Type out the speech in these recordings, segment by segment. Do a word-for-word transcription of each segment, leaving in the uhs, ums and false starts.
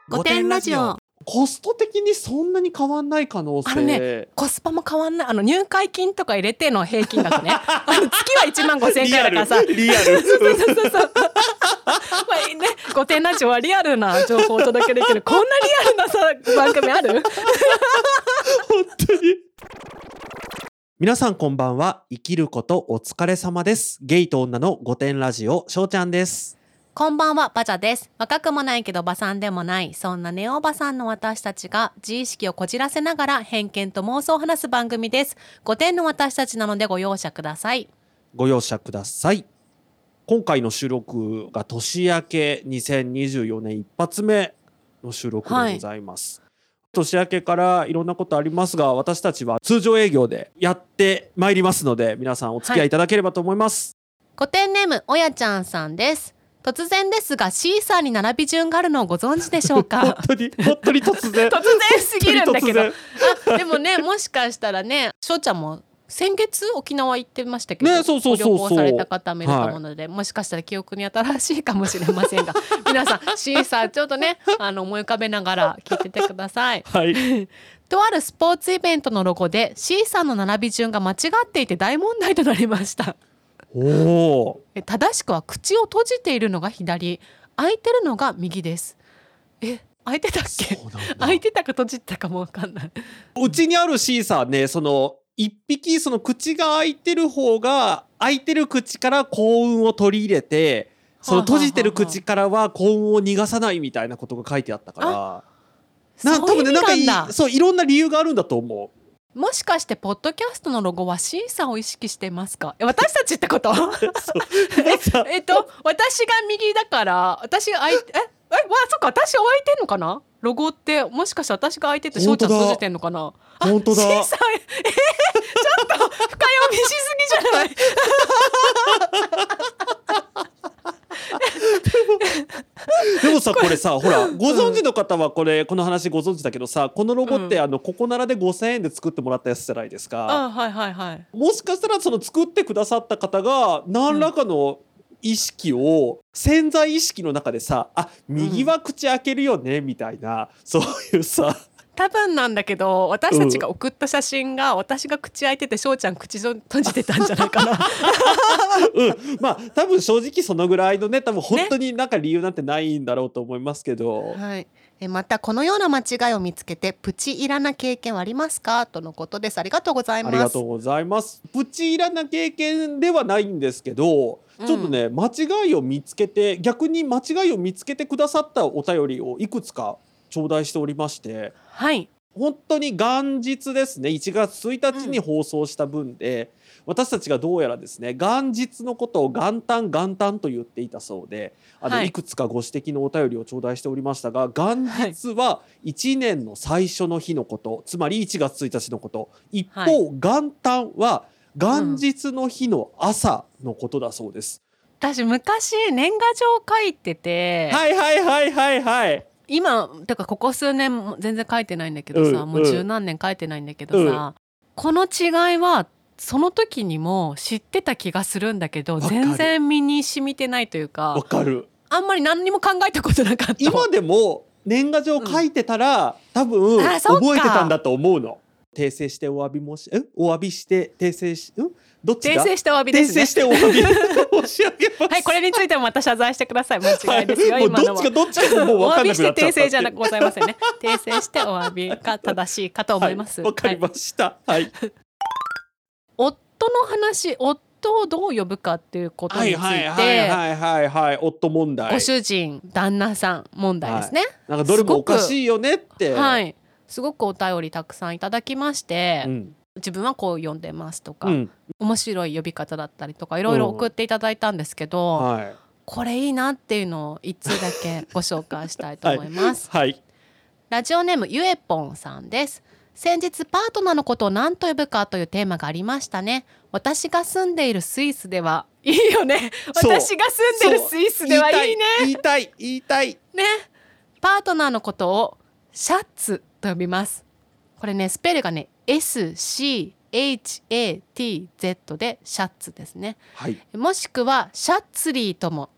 ごてんラジオ。 コスト的にそんなに変わんない可能性。 あのね、コスパも変わんない。あの入会金とか入れての平均額ね。あの月はいちまんごせんえんくらいだからさ。 リアル。 そうそうそうそう。まあね、ごてんラジオはリアルな情報をお届けできる。こんなリアルなさ番組ある？ 本当に。皆さんこんばんは。生きることお疲れ様です。ゲイと女のごてんラジオ、しょうちゃんです。 こんばんは、バジャです。若くもないけどおばさんでもない、そんなネオおばさんの私たちが自意識をこじらせながら偏見と妄想を話す番組です。ごてんの私たちなのでご容赦ください。 ご容赦ください。今回の収録が年明けにせんにじゅうよねん一発目の収録でございます。はい、年明けからいろんなことありますが、私たちは通常営業でやってまいりますので、皆さんお付き合いいただければと思います。 ごてんネームおやちゃんさんです。突然ですがシーサーに並び順があるのをご存知でしょうか？ 本当に本当に突然突然すぎるんだけど、あでもね、もしかしたらね、しょうちゃんも先月沖縄行ってましたけど、 ね、そうそうそうそう、 ご旅行された方もいると思うので、はい、もしかしたら記憶に新しいかもしれませんが皆さんシーサーちょっとねあの思い浮かべながら聞いててください。 はいとあるスポーツイベントのロゴでシーサーの並び順が間違っていて大問題となりました。 おー、 正しくは口を閉じているのが左、開いてるのが右です。え、開いてたっけ？開いてたか閉じてたかも分かんない。 うちにあるシーサーね、その一匹その口が開いてる方が開いてる口から幸運を取り入れて、その閉じてる口からは幸運を逃がさないみたいなことが書いてあったから、な多分ね、なんかいい、そういろんな理由があるんだと思う。もしかしてポッドキャストのロゴはシーサーを意識してますか？私たちってこと？え、えっと私が右だから私が開いてええわそっか、私開いてんのかな？ロゴってもしかして私が開いててしょうちゃん閉じてんのかな？ 本当だ。 シーサーえー、ちょっと深読みしすぎじゃない？ でもさ、これさ、ほらご存知の方はこれ、うん、この話ご存知だけどさ、このロゴって、うん、あのここならでごせんえんで作ってもらったやつじゃないですか。 あ、はいはいはい。 もしかしたらその作ってくださった方が何らかの意識を、うん、潜在意識の中でさ、あ、右は口開けるよね、うん、みたいな、そういうさ、 多分なんだけど、私たちが送った写真が、うん、私が口開いててしょうちゃん口閉じてたんじゃないかな。 うん、まあ多分正直そのぐらいのね、多分本当になんか理由なんてないんだろうと思いますけど、 ね、はい。えまたこのような間違いを見つけてプチイラな経験はありますか？とのことです。ありがとうございます。 ありがとうございます。プチイラな経験ではないんですけど、ちょっとね、うん、間違いを見つけて、逆に間違いを見つけてくださったお便りをいくつか頂戴しておりまして、 はい、 本当に元日ですね、いちがつついたちに放送した分で、うん、私たちがどうやらですね、元日のことを元旦元旦と言っていたそうで、あの、はい、いくつかご指摘のお便りを頂戴しておりましたが、元日はいちねんの最初の日のこと、つまりいちがつついたちのこと。一方、はい、元旦は元日の日の朝のことだそうです。 うん、私昔年賀状書いてて、 はいはいはいはいはい。 今だからここ数年全然書いてないんだけどさ、うん、もう十何年書いてないんだけどさ、うん、この違いはその時にも知ってた気がするんだけど、全然身に染みてないというか、 わかる。 あんまり何にも考えたことなかった。 今でも年賀状書いてたら、うん、多分覚えてたんだと思うの。訂正してお詫び申しえお詫びして訂正しんどっちだ？ 訂正してお詫びですね。 訂正してお詫び申し上げます。 はい、これについてもまた謝罪してください。間違いですよ、はい、今のは。 どっちかどっちかもう分かんなくなっちゃった。お詫びして訂正じゃなくございませんね。訂正してお詫びが正しいかと思います。 わ、はい、かりました。はい。 夫の話、夫をどう呼ぶかっていうことについて、はいはいはいはいはい、夫問題。 ご主人、旦那さん問題ですね。はい、 なんかどれもおかしいよねって。 はい。すごくお便りたくさんいただきまして、うん、自分はこう呼んでますとか、うん、面白い呼び方だったりとかいろいろ送っていただいたんですけど、うんはい、これいいなっていうのを一通だけご紹介したいと思います。 はいはい、 ラジオネームゆえぽんさんです。先日パートナーのことを何と呼ぶかというテーマがありましたね。私が住んでいるスイスではいいよね。私が住んでるスイスではいいね。 言いたい言いたいね。パートナーのことをシャツと呼びます。これね、スペルがね エスシーエイチエーティーゼット でシャツですね、 はい、 もしくはシャッツリーとも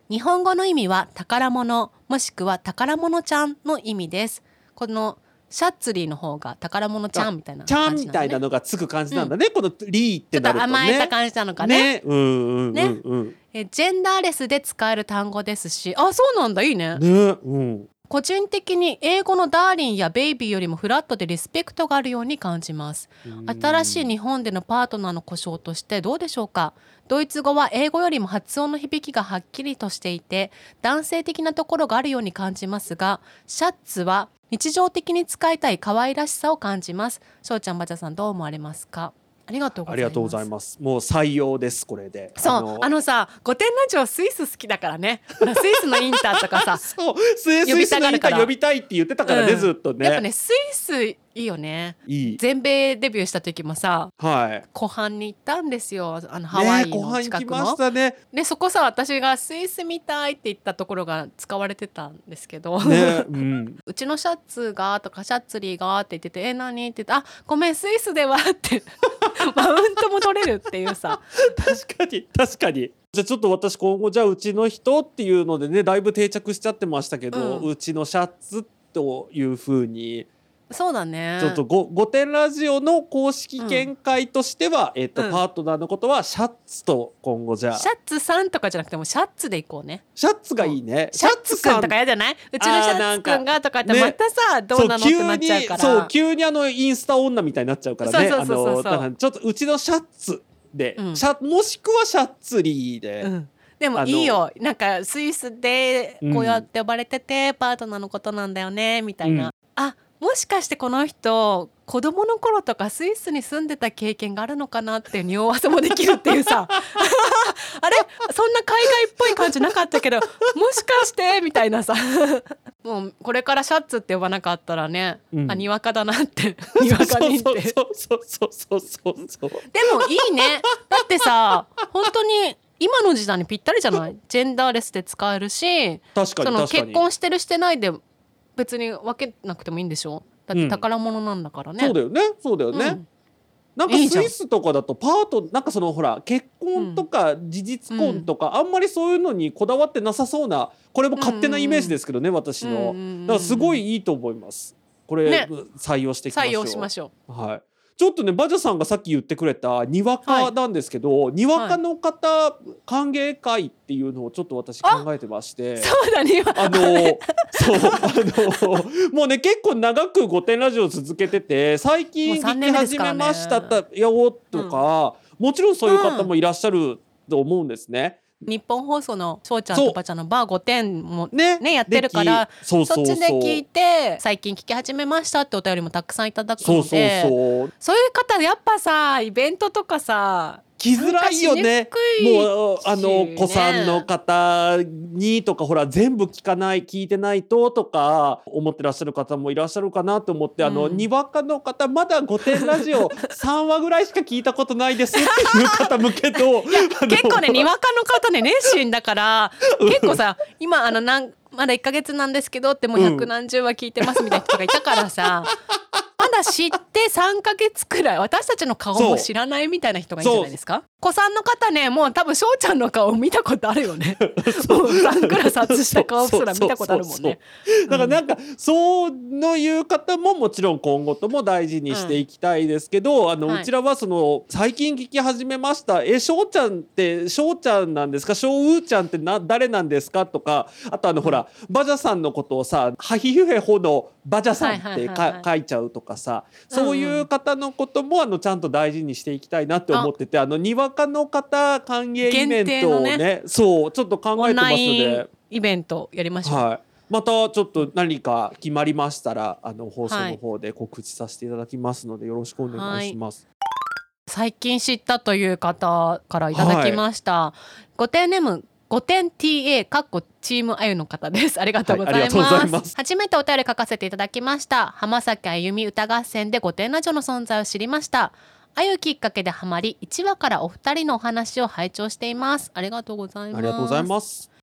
日本語の意味は宝物もしくは宝物ちゃんの意味です。このシャッツリーの方が宝物ちゃんみたいなちゃん感じなんだね。 みたいなのがつく感じなんだね、このリーっちょっとてなるとね。 甘えた感じなのかね。 ね、うんうんねうんうん。 えジェンダーレスで使える単語ですし、あ、そうなんだ、いいね。 ね、うん。 個人的に英語のダーリンやベイビーよりもフラットでリスペクトがあるように感じます。新しい日本でのパートナーの呼称としてどうでしょうか。ドイツ語は英語よりも発音の響きがはっきりとしていて男性的なところがあるように感じますが、シャッツは日常的に使いたい可愛らしさを感じます。しょうちゃん、ばちゃさん、どう思われますか。ありがとうございます。 ありがとうございます。もう採用です、これで。 そう、 あのあのさ、御殿ラジオスイス好きだからね。スイスのインターとかさそうスイ呼びスのインタたがるからー呼びたいって言ってたからね、 うんずっとね。 やっぱね、スイスいいよね。 いい。 全米デビューした時もさ、 はい。 湖畔に行ったんですよ。あのハワイね、後の半行きま近くの、 したね。 ね、そこさ、私がスイスみたいって言ったところが使われてたんですけど、 ね、うん。 うちのシャツがとかシャツリーがって言ってて、え何って言って、あごめんスイスではってマウントも取れるっていうさ。 確かに確かに。じゃあちょっと私今後じゃあうちの人っていうのでね、だいぶ定着しちゃってましたけど、 うんうちのシャツという風にそうだね。 ちょっとご御殿ラジオの公式見解としては、えっとうんパートナーのことはシャツと今後じゃあシャツさんとかじゃなくてもシャツでいこうね。 シャツがいいね。 シャツくんとか嫌じゃない？うちのシャツくんがとかってまたさ、どうなのってなっちゃうから。 そう急にあのインスタ女みたいになっちゃうからね。 そうそうそうそうそうあのだからちょっとうちのシャツで、 うんシャもしくはシャツリーで、 うんでもいいよ、なんかスイスでこうやって呼ばれてて、パートナーのことなんだよねみたいな、 うんあもしかしてこの人子供の頃とかスイスに住んでた経験があるのかなっていう匂わせもできるっていうさあれそんな海外っぽい感じなかったけどもしかしてみたいなさもうこれからシャツって呼ばなかったらね、うん、あにわかだなってにわかにってそうそうそうそうそうそうでもいいね。だってさ本当に今の時代にぴったりじゃない？ジェンダーレスで使えるし、 確かにその確かに結婚してるしてないで別に分けなくてもいいんでしょ？だって宝物なんだからね、 うん、そうだよねそうだよね、うん、なんかスイスとかだとパートなんかそのほら結婚とか事実婚とか、うん、あんまりそういうのにこだわってなさそうな、これも勝手なイメージですけどね、うんうん、私の、うんうん、だからすごいいいと思います。これ、ね、採用していきましょう。 採用しましょう。 はい。ちょっとねバジャさんがさっき言ってくれたにわかなんですけど、はい、にわかの方、はい、歓迎会っていうのをちょっと私考えてまして、 そうだねあのそうあのもうね結構長く御殿ラジオ続けてて最近聞き始めましたよとか、うん、もちろんそういう方もいらっしゃると思うんですね。 日本放送のしょうちゃんとばちゃんのバーごてんも ね, ねやってるからそうそうそう、 そっちで聞いて最近聞き始めましたってお便りもたくさんいただくので、そうそうそう、そういう方やっぱさイベントとかさ来づらいよね。もうあの子さんの方にとかほら全部聞かない聞いてないととか思ってらっしゃる方もいらっしゃるかなと思って、うん、あのにわかの方まだ御殿ラジオさんわぐらいしか聞いたことないですっていう方向けど結構ねにわかの方ね熱心だから結構さ今あのなんまだいっかげつなんですけどってもう百何十話聞いてますみたいな人がいたからさ、うん、まだ知ってさんかげつくらい私たちの顔も知らないみたいな人がいいんじゃないですか。子さんの方ねもう多分しょうちゃんの顔見たことあるよねもうサングラス外した顔すら見たことあるもんね。 だからなんかそういう方ももちろん今後とも大事にしていきたいですけど、うん、あの、はい、うちらはその最近聞き始めましたえしょうちゃんってしょうちゃんなんですかしょううちゃんってな誰なんですかとかあとあの、うん、ほらバジャさんのことをさハヒフヘホのバジャさんってか書いちゃうとかさそういう方のこともあのちゃんと大事にしていきたいなって思ってて、あのにわかの方歓迎イベントを ね, ねそうちょっと考えてますのでイベントやりましょう、 はい、またちょっと何か決まりましたらあの放送の方で告知させていただきますので、はい、よろしくお願いします、はい、 最近知ったという方からいただきました、はい、ごてんネームごてん ティーエー かっこチームあゆの方です。ありがとうございます、はい、ます初めてお便り書かせていただきました。浜崎あゆみ歌合戦でごてんラジオの存在を知りました。あゆきっかけでハマりいちわからお二人のお話を拝聴しています。ありがとうございます。 ありがとうございます。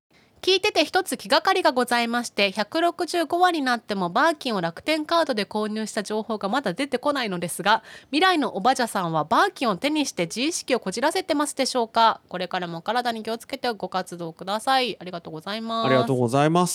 聞いてて一つ気がかりがございまして、ひゃくろくじゅうごわになってもバーキンを楽天カードで購入した情報がまだ出てこないのですが、未来のおばじゃさんはバーキンを手にして自意識をこじらせてますでしょうか。これからも体に気をつけてご活動ください。ありがとうございます。 ありがとうございます。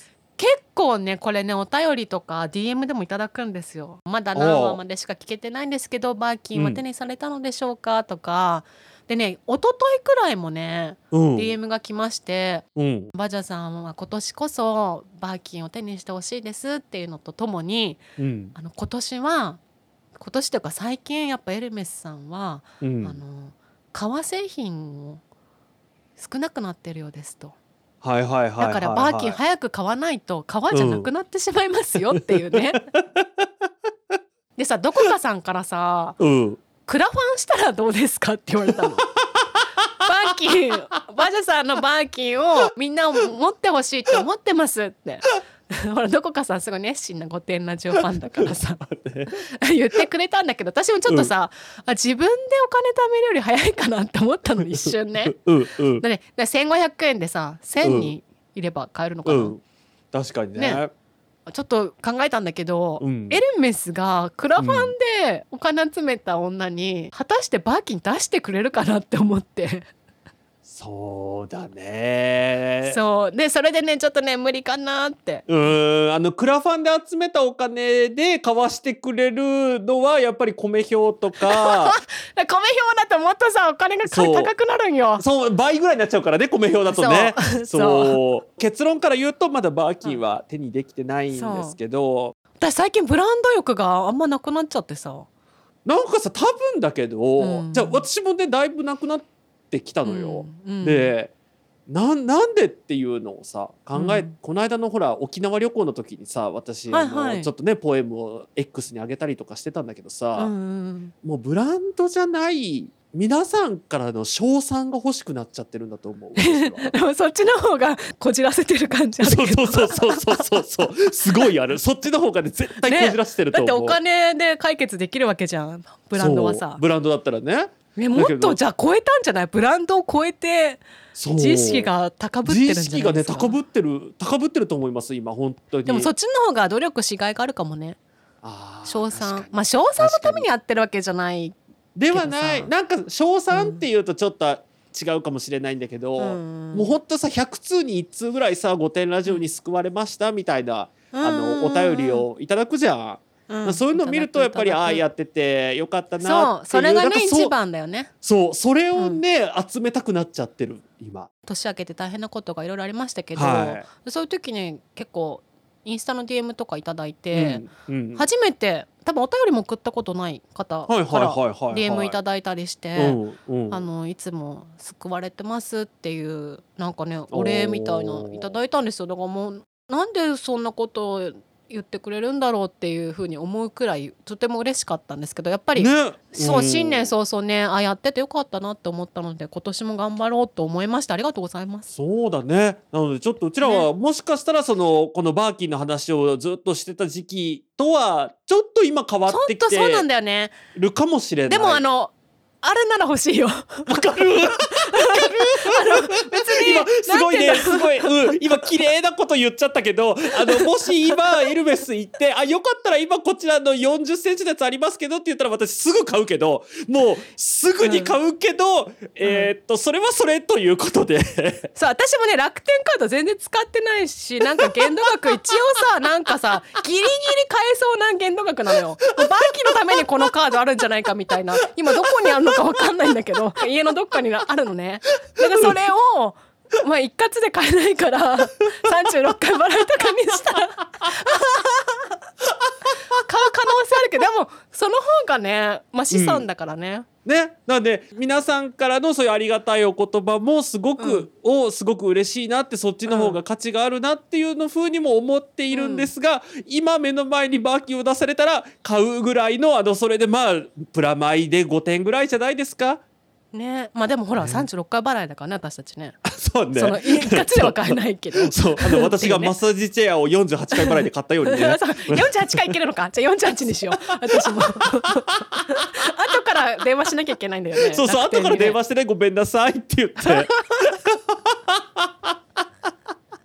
結構ねこれねお便りとか ディーエム でもいただくんですよ。まだ何話までしか聞けてないんですけどバーキンは手にされたのでしょうか、うん、とかでね一昨日くらいもね、うん、ディーエム が来まして、うん、バジャさんは今年こそバーキンを手にしてほしいですっていうのとともに、うん、あの今年は今年というか最近やっぱエルメスさんは、うん、あの革製品を少なくなってるようですと。 はいはいはいはいはい、 だからバーキン早く買わないと革じゃなくなってしまいますよっていうね、うん、でさどこかさんからさ、うん、クラファンしたらどうですかって言われたのバーキンバジャさんのバーキンをみんな持ってほしいって思ってますってほらどこかさんすごい熱心な御殿ラジオファンだからさ言ってくれたんだけど私もちょっとさ、うん、あ自分でお金貯めるより早いかなって思ったの一瞬ね、うんうん、だねだせんごひゃくえんでさせんにいれば買えるのかな、うん、 確かに ね, ねちょっと考えたんだけど、うん、エルメスがクラファンでお金集めた女に果たしてバーキン出してくれるかなって思ってそうだね。 そうでそれでねちょっとね無理かなって。 うーんあのクラファンで集めたお金で買わしてくれるのはやっぱり米表とか米表だともっとさお金が高くなるんよ。 そう倍ぐらいになっちゃうからね米表だとね。そうそう結論から言うとまだバーキンは手にできてないんですけど、 私最近ブランド欲があんまなくなっちゃってさなんかさ多分だけど、うん、じゃあ私もねだいぶなくなってってきたのよ、うんうん、で な, なんでっていうのをさ考え、うん、この間のほら沖縄旅行の時にさ私、はいはい、ちょっとねポエムを X に上げたりとかしてたんだけどさ、うんうん、もうブランドじゃない皆さんからの称賛が欲しくなっちゃってるんだと思うでもそっちの方がこじらせてる感じあるけどそうそうそうそうそうそうすごいあるそっちの方がね絶対こじらせてると思う、 ね、だってお金で解決できるわけじゃんブランドはさブランドだったらねね、もっとじゃあ超えたんじゃないブランドを超えて自意識が高ぶってるんじゃないですか。 自意識がね高ぶってる高ぶってると思います今本当に。 でもそっちの方が努力しがいがあるかもね。あ称賛まあ称賛のためにやってるわけじゃないではないなんか称賛っていうとちょっと違うかもしれないんだけど、うん、もうほんとさひゃく通にいち通ぐらいさ御殿ラジオに救われましたみたいな、うん、あのお便りをいただくじゃん。うん、そういうのを見るとやっぱりああやっててよかったなっていう。 そうそれがね一番だよね。 そうそれをね、うん、集めたくなっちゃってる今。 年明けて大変なことがいろいろありましたけど、はい、そういう時に結構インスタの ディーエム とかいただいて、うんうん、初めて多分お便りも送ったことない方から ディーエム いただいたりして、うんうん、あのいつも救われてますっていうなんかねお礼みたいないただいたんですよ。だからもうなんでそんなことを言ってくれるんだろうっていうふうに思うくらいとても嬉しかったんですけどやっぱり、ね、そう新年早々ねあやっててよかったなって思ったので今年も頑張ろうと思いました。ありがとうございます。 そうだねなのでちょっとうちらはもしかしたらその、ね、このバーキンの話をずっとしてた時期とはちょっと今変わってきてそうなんだよねるかもしれない。 でもあのあれなら欲しいよ。わかるわかるあの別に今すごいねすごい、うん、今綺麗なこと言っちゃったけどあのもし今エルメス行ってあよかったら今こちらのよんじゅっセンチのやつありますけどって言ったら私すぐ買うけどもうすぐに買うけど、うん、えー、っとそれはそれということでそう私もね楽天カード全然使ってないしなんか限度額一応さなんかさギリギリ買えそうな限度額なのよ。バーキンのためにこのカードあるんじゃないかみたいな今どこにあるのか分かんないんだけど家のどっかにあるのね。だからそれをまあ一括で買えないからさんじゅうろっかい払いとかにしたら買う可能性あるけどでもその方がねまあ資産だからね、 うん、ねなので皆さんからのそういうありがたいお言葉もすごく、うん、おすごく嬉しいなってそっちの方が価値があるなっていうの風にも思っているんですが、うん、今目の前にバーキンを出されたら買うぐらいのあのそれでまあプラマイでごてんぐらいじゃないですかね。まあでもほら、ね、さんじゅうろっかい払いだからね私たちね。 そうねその一括では買えないけどそうあの私がマッサージチェアをよんじゅうはちかい払いで買ったようにねよんじゅうはちかいいけるのかじゃあよんじゅうはちにしよう私も後から電話しなきゃいけないんだよね。 そうそう、ね、後から電話してねごめんなさいって言って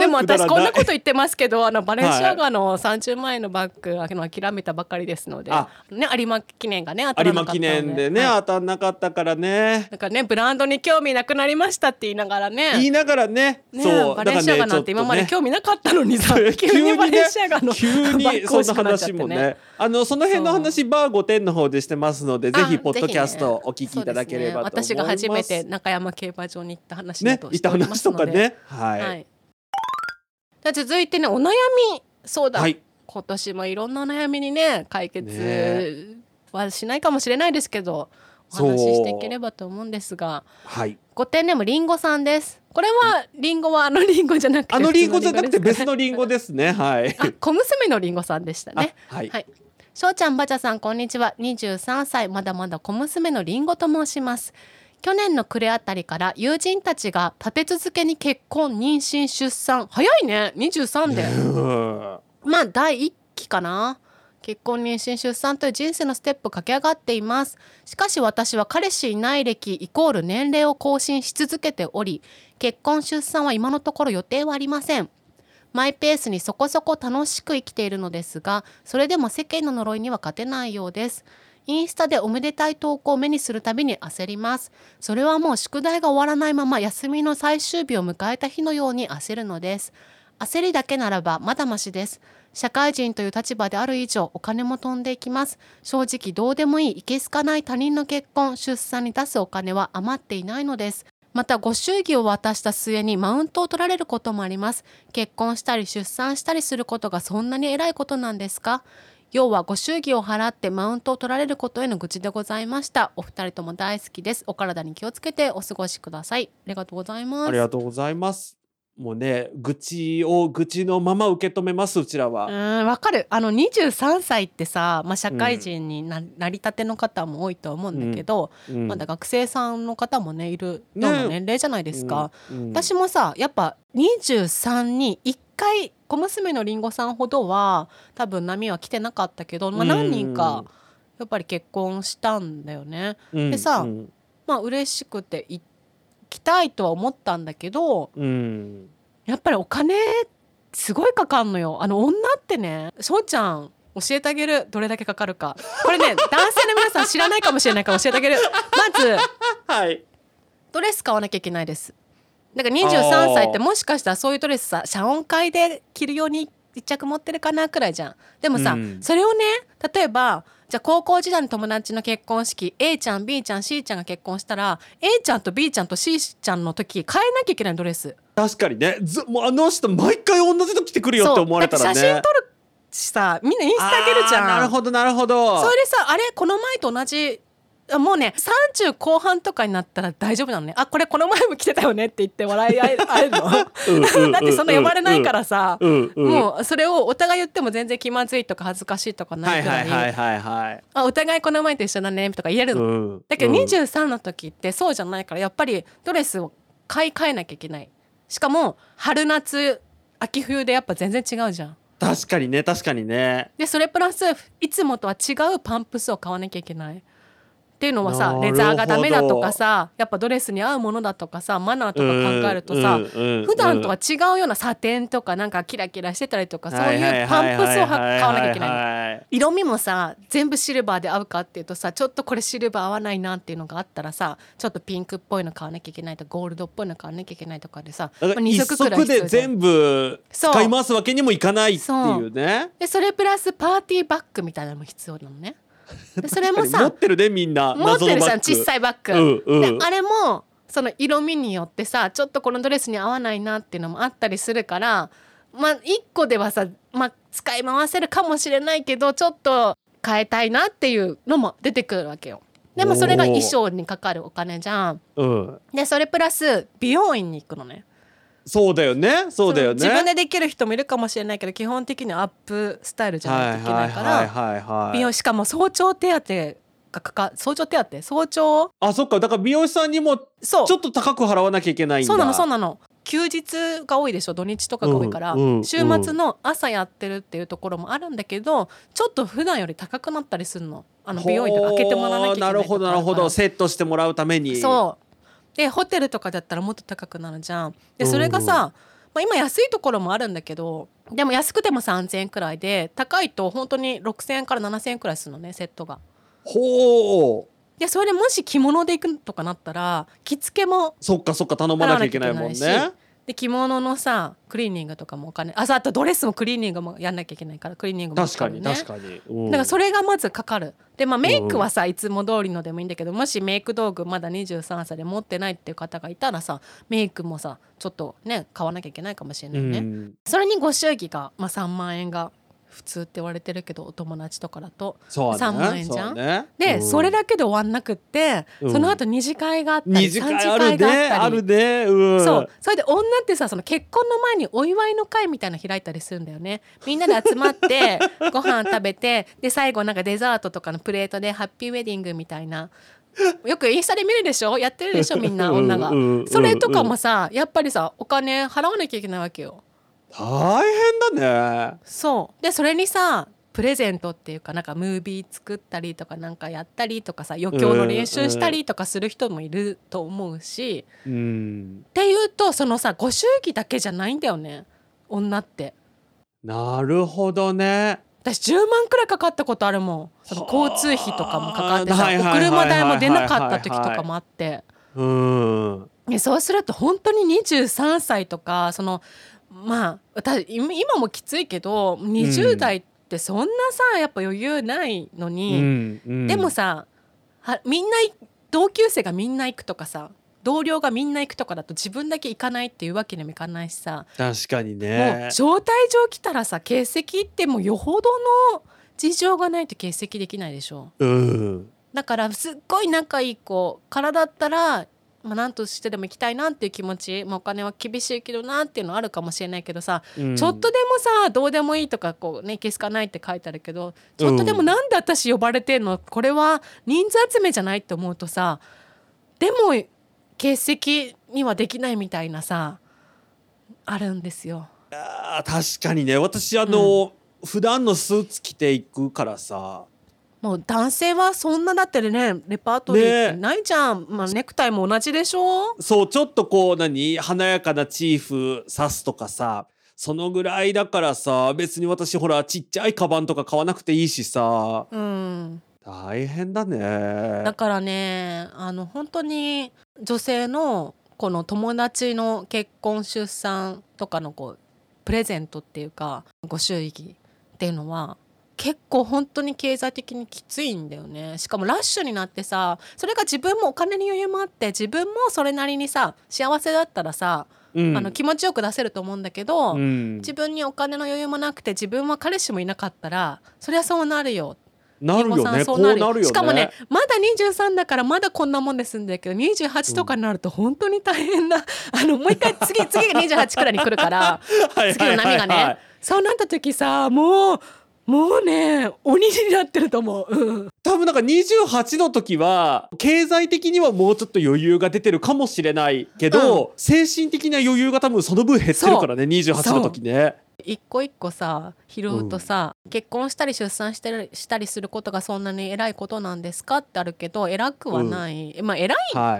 でも私くだらないこんなこと言ってますけど、あのバレンシアガのさんじゅうまんえんのバッグあの諦めたばかりですので、 あね、有馬記念がね当たら有馬記なかったので念でね、 はい、 当たんなかったからね。 だからねブランドに興味なくなりましたって言いながらね言いながらね、 ねそうバレンシアガなんて今まで興味なかったのにさ、急にバレンシアガの急バッにグそんな欲しくなっちゃっ話もてね。 ね、あのその辺の話バーごてんの方でしてますので、ぜひポッドキャストお聞きいただければと思います。 そうですね、私が初めて中山競馬場に行った話なね、 どいたしておりますので、 話とかね、はい、 はい、じゃあ続いてねお悩み相談、はい、今年もいろんな悩みにね解決はしないかもしれないですけど、お話ししていければと思うんですが、 はい、 ごてんネームりんごさんです。これはリンゴはあのリンゴじゃなくてあのリンゴじゃなくて別のリンゴですね。はい。 あ、小娘のリンゴさんでしたね。 はい。 はい。しょうちゃんばちゃさんこんにちは。にじゅうさんさいまだまだ小娘のリンゴと申します。去年の暮れあたりから友人たちが立て続けに結婚妊娠出産、早いねにじゅうさんでまあ第一期かな。結婚妊娠出産という人生のステップ駆け上がっています。しかし私は彼氏いない歴イコール年齢を更新し続けており、結婚出産は今のところ予定はありません。マイペースにそこそこ楽しく生きているのですが、それでも世間の呪いには勝てないようです。インスタでおめでたい投稿を目にするたびに焦ります。それはもう宿題が終わらないまま休みの最終日を迎えた日のように焦るのです。焦りだけならばまだましです。社会人という立場である以上お金も飛んでいきます。正直どうでもいいいけすかない他人の結婚出産に出すお金は余っていないのです。またご祝儀を渡した末にマウントを取られることもあります。結婚したり出産したりすることがそんなに偉いことなんですか？要はご祝儀を払ってマウントを取られることへの愚痴でございました。お二人とも大好きです。お体に気をつけてお過ごしください。ありがとうございます。 ありがとうございます。もうね、愚痴を愚痴のまま受け止めます。うちらは。 うん、わかる。あのにじゅうさんさいってさ、まあ、社会人に な,、なりたての方も多いと思うんだけど、うんうん、まだ学生さんの方もねいるような年齢じゃないですか、ねうんうん、私もさやっぱにじゅうさんにいっかい小娘のりんごさんほどは多分波は来てなかったけど、まあ、何人かやっぱり結婚したんだよね、うん、でさ、うん、まあ嬉しくて行きたいとは思ったんだけど、うん、やっぱりお金すごいかかんのよ。あの女ってね、しょうちゃん教えてあげる、どれだけかかるか。これね男性の皆さん知らないかもしれないから教えてあげる。まず、はい、ドレス買わなきゃいけないです。だからにじゅうさんさいってもしかしたらそういうドレスさ謝恩会で着るように一着持ってるかなくらいじゃん。でもさ、うん、それをね例えばじゃあ高校時代の友達の結婚式 A ちゃん B ちゃん C ちゃんが結婚したら A ちゃんと B ちゃんと C ちゃんの時変えなきゃいけないドレス。 確かにね、ずもうあの人毎回同じと着てくるよって思われたらね。 写真撮るしさみんなインスタあげるじゃん。 なるほどなるほど。 それでさあれこの前と同じもうねさんじゅうこう半とかになったら大丈夫なのね。あこれこの前も着てたよねって言って笑い合えるのだってそんな呼ばれないからさ、うんうん、もうそれをお互い言っても全然気まずいとか恥ずかしいとかないくらいに、はいはいはいはい、あお互いこの前と一緒だねとか言えるの、うん、だけどにじゅうさんの時ってそうじゃないからやっぱりドレスを買い替えなきゃいけない。しかも春夏秋冬でやっぱ全然違うじゃん。 確かにね確かにね。 でそれプラスいつもとは違うパンプスを買わなきゃいけないっていうのはさレザーがダメだとかさやっぱドレスに合うものだとかさマナーとか考えるとさ、うんうんうん、普段とは違うようなサテンとかなんかキラキラしてたりとかそういうパンプスを買わなきゃいけない。色味もさ全部シルバーで合うかっていうとさちょっとこれシルバー合わないなっていうのがあったらさちょっとピンクっぽいの買わなきゃいけないとかゴールドっぽいの買わなきゃいけないとかでさだから一足で全部使い回すわけにもいかないっていうね。 でそれプラスパーティーバッグみたいなのも必要なのね。それもさ持ってるねみんな持ってるじゃん小さいバッグ、うんうん、であれもその色味によってさちょっとこのドレスに合わないなっていうのもあったりするからまあいっこではさ、まあ、使い回せるかもしれないけどちょっと変えたいなっていうのも出てくるわけよ。でもそれが衣装にかかるお金じゃん、うん、でそれプラス美容院に行くのね。 そうだよねそうだよね。 自分でできる人もいるかもしれないけど基本的にアップスタイルじゃないといけないから美容しかも早朝手当がかか早朝手当早朝あそっかだから美容師さんにもちょっと高く払わなきゃいけないんだ。 そうなのそうなの。休日が多いでしょ土日とかが多いから、うんうん、週末の朝やってるっていうところもあるんだけどちょっと普段より高くなったりするの。あの美容院とか開けてもらわなきゃいけないとか。 なるほどなるほどセットしてもらうために。 そうでホテルとかだったらもっと高くなるじゃん。でそれがさ、うんうんまあ、今安いところもあるんだけど、でも安くてもさんぜんえんくらいで、高いと本当にろくせんえんからななせんえんくらいするのね、セットが。 ほう。 でそれでもし着物で行くとかなったら着付けもそっかそっか、頼まなきゃいけないもん払わなきゃいけないね。 で着物のさクリーニングとかもお金、あ、そう、あとドレスもクリーニングもやんなきゃいけないから、クリーニングもか確かにかるね。 確かに、うん、 だからそれがまずかかる。でまあメイクはさ、いつも通りのでもいいんだけど、もしメイク道具まだにじゅうさんさいで持ってないっていう方がいたらさ、メイクもさちょっとね買わなきゃいけないかもしれないね、 うん、 それにご祝儀が、まあ、さんまんえんが普通って言われてるけど、お友達とかだとそうね、 さんまんえんじゃん、 そうね、 で、 うん、 それだけで終わんなくって、 うん、 その後二次会があったり二次会あるね、 三次会があったりあるね、うん、 そう、それで女ってさ、その結婚の前にお祝いの会みたいなの開いたりするんだよね。みんなで集まってご飯食べて、で最後なんかデザートとかのプレートでハッピーウェディングみたいな、よくインスタで見るでしょ、やってるでしょみんな女が。それとかもさ、やっぱりさお金払わなきゃいけないわけよ。 大変だね。 そうで、それにさプレゼントっていうか、なんかムービー作ったりとかなんかやったりとかさ、余興の練習したりとかする人もいると思うし、 うん、 っていうとそのさご祝儀だけじゃないんだよね、女って。 なるほどね。 私じゅうまんくらいかかったことあるもん。その交通費とかもかかってさ、 はいおはいはいはいはい車代も出なかった時とかもあって、 うん、 でそうすると本当ににじゅうさんさいとか、そのまあ私今もきついけどにじゅう代ってそんなさやっぱ余裕ないのに、 うんうん、 でもさはみんな同級生がみんな行くとかさ、同僚がみんな行くとかだと自分だけ行かないっていうわけにもいかないしさ、 確かにもね。 う招待状来たらさ欠席ってもうよほどの事情がないと欠席できないでしょ。 うん、 だからすっごい仲いい子からだったら、まあ、何としてでも行きたいなっていう気持ち、まあ、お金は厳しいけどなっていうのはあるかもしれないけどさ、 うん、 ちょっとでもさどうでもいいとかこうね気づかないって書いてあるけど、ちょっとでもなんで私呼ばれてんの、これは人数集めじゃないって思うとさ、でも欠席にはできないみたいなさあるんですよ。 あ、確かにね。私あの、うん、普段のスーツ着ていくからさ、 もう男性はそんなだってねレパートリーってないじゃん、ね、まあ、ネクタイも同じでしょ。 そうちょっとこう何華やかなチーフ刺すとかさ、そのぐらいだからさ、別に私ほらちっちゃいカバンとか買わなくていいしさ、 うん、 大変だね。 だからね、あの本当に女性のこの友達の結婚出産とかのこうプレゼントっていうかご祝儀っていうのは結構本当に経済的にきついんだよね。しかもラッシュになってさ、それが自分もお金に余裕もあって自分もそれなりにさ幸せだったらさ、うん、あの気持ちよく出せると思うんだけど、うん、自分にお金の余裕もなくて自分は彼氏もいなかったらそりゃそうなるよ。 なるよね、 そうなるよ。 こうなるよね。 しかもねまだにじゅうさんだからまだこんなもんで済んだけどにじゅうはちとかになると本当に大変な、うん、あのもう一回次次がにじゅうはちくらいに来るから次の波がね、そうなった時さもうもうね鬼になってると思う、うん、 多分なんかにじゅうはちの時は経済的にはもうちょっと余裕が出てるかもしれないけど、うん、精神的な余裕が多分その分減ってるからね、にじゅうはちの時ね。 一個一個さ拾うとさ、うん、結婚したり出産してるしたりすることがそんなに偉いことなんですかってあるけど偉くはない、うん、まあ偉い、はい、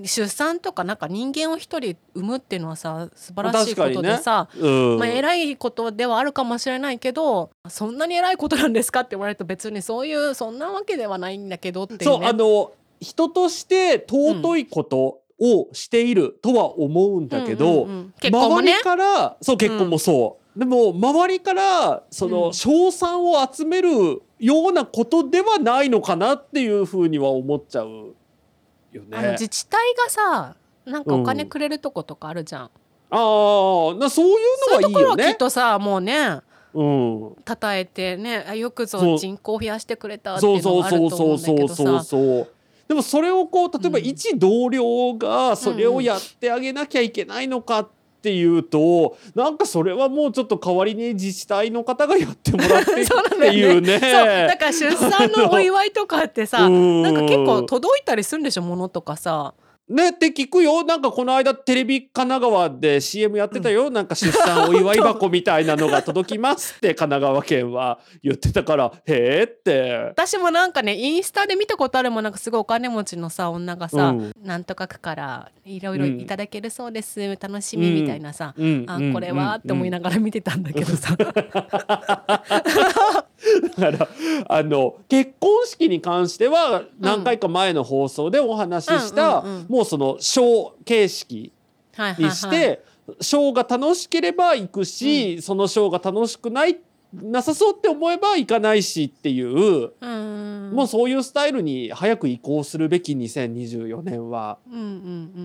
出産とかなんか人間を一人産むっていうのはさ素晴らしいことでさ、ね、うん、まあ、偉いことではあるかもしれないけどそんなに偉いことなんですかって言われると別にそういうそんなわけではないんだけどっていうね。 そうあの人として尊いことをしているとは思うんだけど、うんうんうん、結婚もね、周りからそう結婚もそう、うん、でも周りからその称賛を集めるようなことではないのかなっていうふうには思っちゃうよね。 あの自治体がさなんかお金くれるとことかあるじゃん、うん、 ああなそういうのはいいよね。そういうところはきっとさもうねうん、 称えてねよくぞ人口増やしてくれたっていうのがあると思うんだけどさ、 そうそうそうそうそうでもそれをこう例えば一同僚がそれをやってあげなきゃいけないのかっていうと、うん、なんかそれはもうちょっと代わりに自治体の方がやってもらってっていうね。 そうだから出産のお祝いとかってさなんか結構届いたりするんでしょ物とかさ。 ねって聞くよ。なんかこの間テレビ神奈川で シーエム やってたよ、うん、なんか出産お祝い箱みたいなのが届きますって神奈川県は言ってたから、へーって。 私もなんかねインスタで見たことあるもん。なんかすごいお金持ちのさ女がさ、うん、なんとか区からいろいろいただけるそうです、うん、楽しみみたいなさ、うん、あ、うん、これは、うん、って思いながら見てたんだけどさ、うん、だからあの結婚式に関しては何回か前の放送でお話しした、うんうんうんうん、もうそのショー形式にして、はいはいはい、ショーが楽しければ行くし、うん、そのショーが楽しくないなさそうって思えば行かないしっていう、うん、もうそういうスタイルに早く移行するべきにせんにじゅうよねんは、うんうんうん、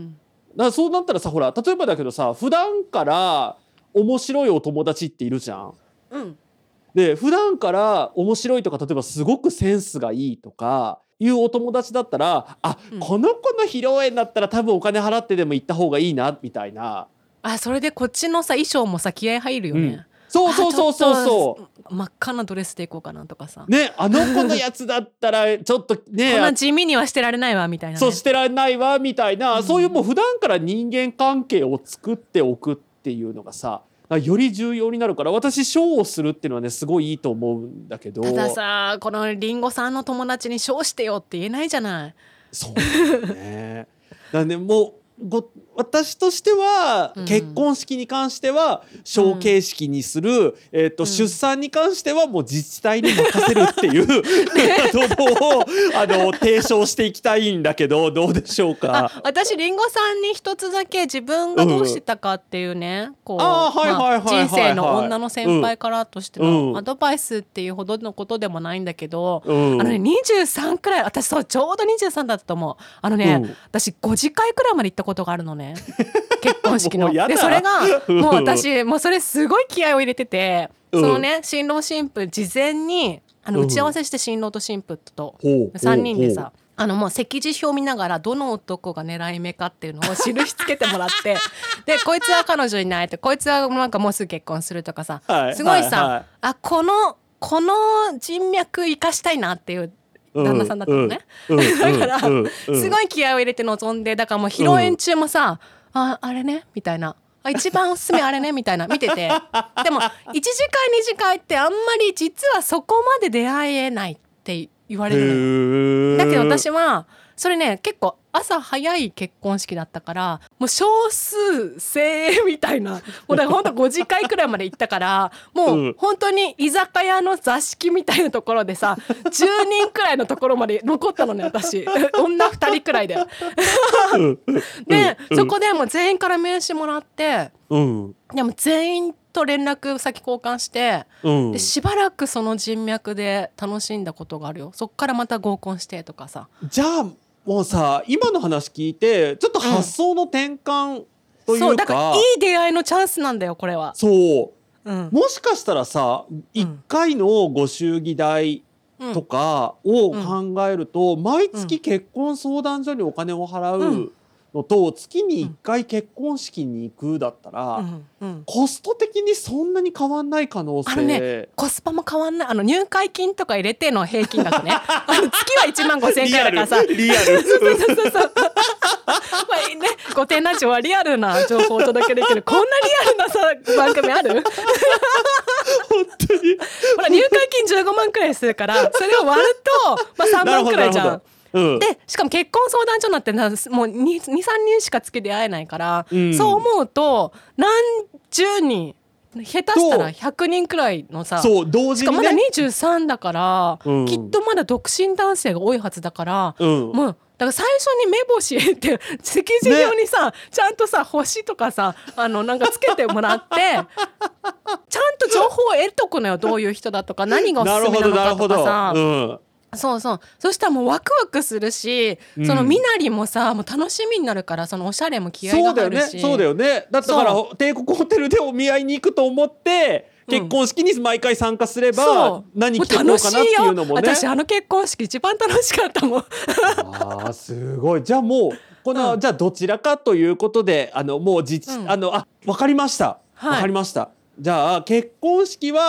だからそうなったらさ、ほら例えばだけどさ、普段から面白いお友達っているじゃん、うん、で普段から面白いとか、例えばすごくセンスがいいとかいうお友達だったら、あ、うん、この子の披露宴だったら多分お金払ってでも行った方がいいなみたいな。 あ、それでこっちのさ衣装もさ気合入るよね、うん、 そうそうそうそうそう、 真っ赤なドレスでいこうかなとかさね、あの子のやつだったらちょっとねこんな地味にはしてられないわみたいな、ね、 そうしてられないわみたいな、うん、そういうもう普段から人間関係を作っておくっていうのがさより重要になるから、私ショーをするっていうのはねすごいいいと思うんだけど、 たださこのリンゴさんの友達にショーしてよって言えないじゃない。 そうだねなんでもうご私としては、うん、結婚式に関してはショー形式にする、うんえーとうん、出産に関してはもう自治体に任せるっていうことをあの提唱していきたいんだけど、どうでしょうか。 あ、私りんごさんに一つだけ自分がどうしてたかっていうね、うん、こう人生の女の先輩からとしてのアドバイスっていうほどのことでもないんだけど、うん、あのねにじゅうさんくらい、私そうちょうどにじゅうさんだったと思う。あのね、うん、私ご次会くらいまで行ったことがあるのね結婚式ので、それがもう私もうそれすごい気合を入れてて、そのね新郎新婦事前にあの打ち合わせして、新郎と新婦とさんにんでさ、あのもう席次表見ながらどの男が狙い目かっていうのを印つけてもらってでこいつは彼女いないと、こいつはなんかもうすぐ結婚するとかさ、はい、すごいさ、はいはい、あこのこの人脈生かしたいなっていう旦那さんだったのね、うんうん、だから、うんうん、すごい気合を入れて臨んで、だからもう披露宴中もさ、うん、ああれねみたいな、あ一番おすすめあれねみたいな見ててでもいち次会に次会ってあんまり実はそこまで出会えないって言われるのよ。だけど私はそれね結構朝早い結婚式だったから、もう少数精鋭みたいな、もうだからほんとご次会くらいまで行ったからもう本当に居酒屋の座敷みたいなところでさじゅうにんくらいのところまで残ったのね私女ふたりくらいででそこでもう全員から名刺もらって、うん、でも全員と連絡先交換して、うん、でしばらくその人脈で楽しんだことがあるよ。そっからまた合コンしてとかさ。 じゃあもうさ今の話聞いてちょっと発想の転換というか、うん、そうだからいい出会いのチャンスなんだよこれは。 そう、うん、もしかしたらさいっかいのご祝儀代とかを考えると、うん、毎月結婚相談所にお金を払うのと、月にいっかい結婚式に行くだったら、うんうん、コスト的にそんなに変わんない可能性。 あのねコスパも変わんない。あの入会金とか入れての平均額ねあの月はいちまんごせんえんくらいだからさリアルそうそうそうそうまあいいね、御殿ラジオはリアルな情報をお届けできるこんなリアルなさ番組ある本当にほら入会金じゅうごまんくらいするからそれを割ると、まあ、さんまんくらいじゃん。うん、でしかも結婚相談所なんてもう にさんにんしか月で会えないから、うん、そう思うと何十人下手したらひゃくにんくらいのさ、 そう同時にね、 しかもまだにじゅうさんだから、うん、きっとまだ独身男性が多いはずだから、うん、もうだから最初に目星って席次表にさ、ね、ちゃんとさ星とかさあのなんかつけてもらってちゃんと情報を得とくのよ。どういう人だとか何がおすすめなのかとかさ、そうそう、そしたらもうワクワクするし、うん、その身なりもさもう楽しみになるから、そのおしゃれも気合が入るし。 そうだよね、そうだよね。だったから帝国ホテルでお見合いに行くと思って結婚式に毎回参加すれば、うん、何着てこうかなっていうのもね。 私あの結婚式一番楽しかったもんあすごい。じゃあもうこの、うん、じゃあどちらかということであのもう実、うん、あのあ分かりました、はい、分かりました。じゃあ結婚式は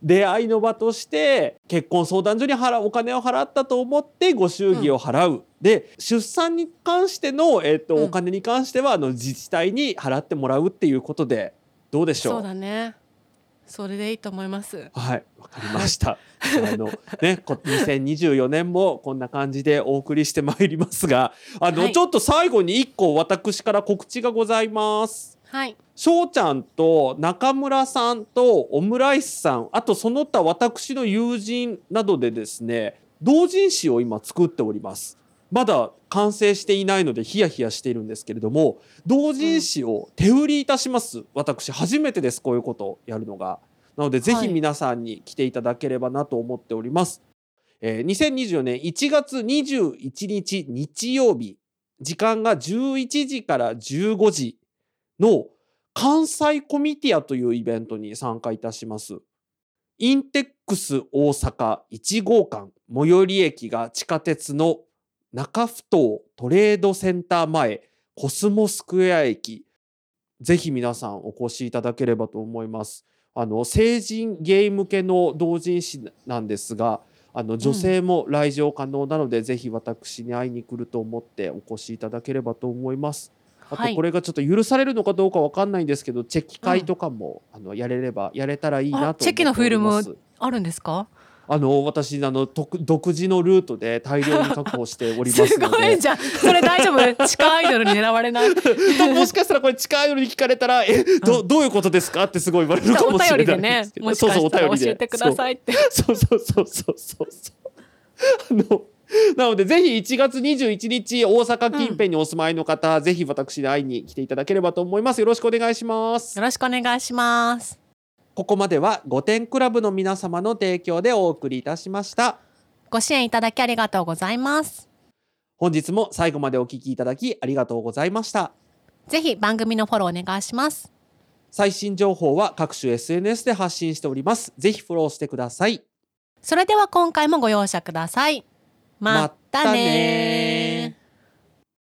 出会いの場として結婚相談所に払うお金を払ったと思ってご祝儀を払う、うん、で出産に関しての、えーとうん、お金に関してはあの自治体に払ってもらうっていうことでどうでしょう。 そうだね、それでいいと思います。 はい、わかりましたあの、ね、にせんにじゅうよねんもこんな感じでお送りしてまいりますが、あの、はい、ちょっと最後にいっこ私から告知がございます。 はい、 しょうちゃんと中村さんとオムライスさん、あとその他私の友人などでですね、同人誌を今作っております。まだ完成していないのでヒヤヒヤしているんですけれども、同人誌を手売りいたします、うん、私初めてです、こういうことをやるのが。なのでぜひ皆さんに来ていただければなと思っております、はい。えー、にせんにじゅうよねんいちがつにじゅういちにち日曜日、時間がじゅういちじからじゅうごじの関西コミティアというイベントに参加いたします。インテックス大阪いち号館、最寄り駅が地下鉄の中埠頭トレードセンター前コスモスクエア駅、ぜひ皆さんお越しいただければと思います。あの成人ゲイ向けの同人誌なんですが、あの女性も来場可能なので、うん、ぜひ私に会いに来ると思ってお越しいただければと思います。あとこれがちょっと許されるのかどうかわかんないんですけど、チェキ会とかも、うん、あのやれればやれたらいいなと思っております。 チェキのフィルムあるんですか？ あの私あの独自のルートで大量に確保しておりますので。すごいじゃん、それ大丈夫？地下アイドルに狙われない？ もしかしたらこれ地下アイドルに聞かれたらえ ど, どういうことですかってすごい言われるかもしれないんですけど、 お便りでね、もしかしたら教えてくださいって。 そうそうそうそうそうそうあのなのでぜひいちがつにじゅういちにち大阪近辺にお住まいの方、うん、ぜひ私に会いに来ていただければと思います。よろしくお願いします。 よろしくお願いします。 ここまではごてんクラブの皆様の提供でお送りいたしました。 ご支援いただきありがとうございます。 本日も最後までお聞きいただきありがとうございました。 ぜひ番組のフォローお願いします。 最新情報は各種 エスエヌエス で発信しております。ぜひフォローしてください。 それでは今回もご容赦ください。またね。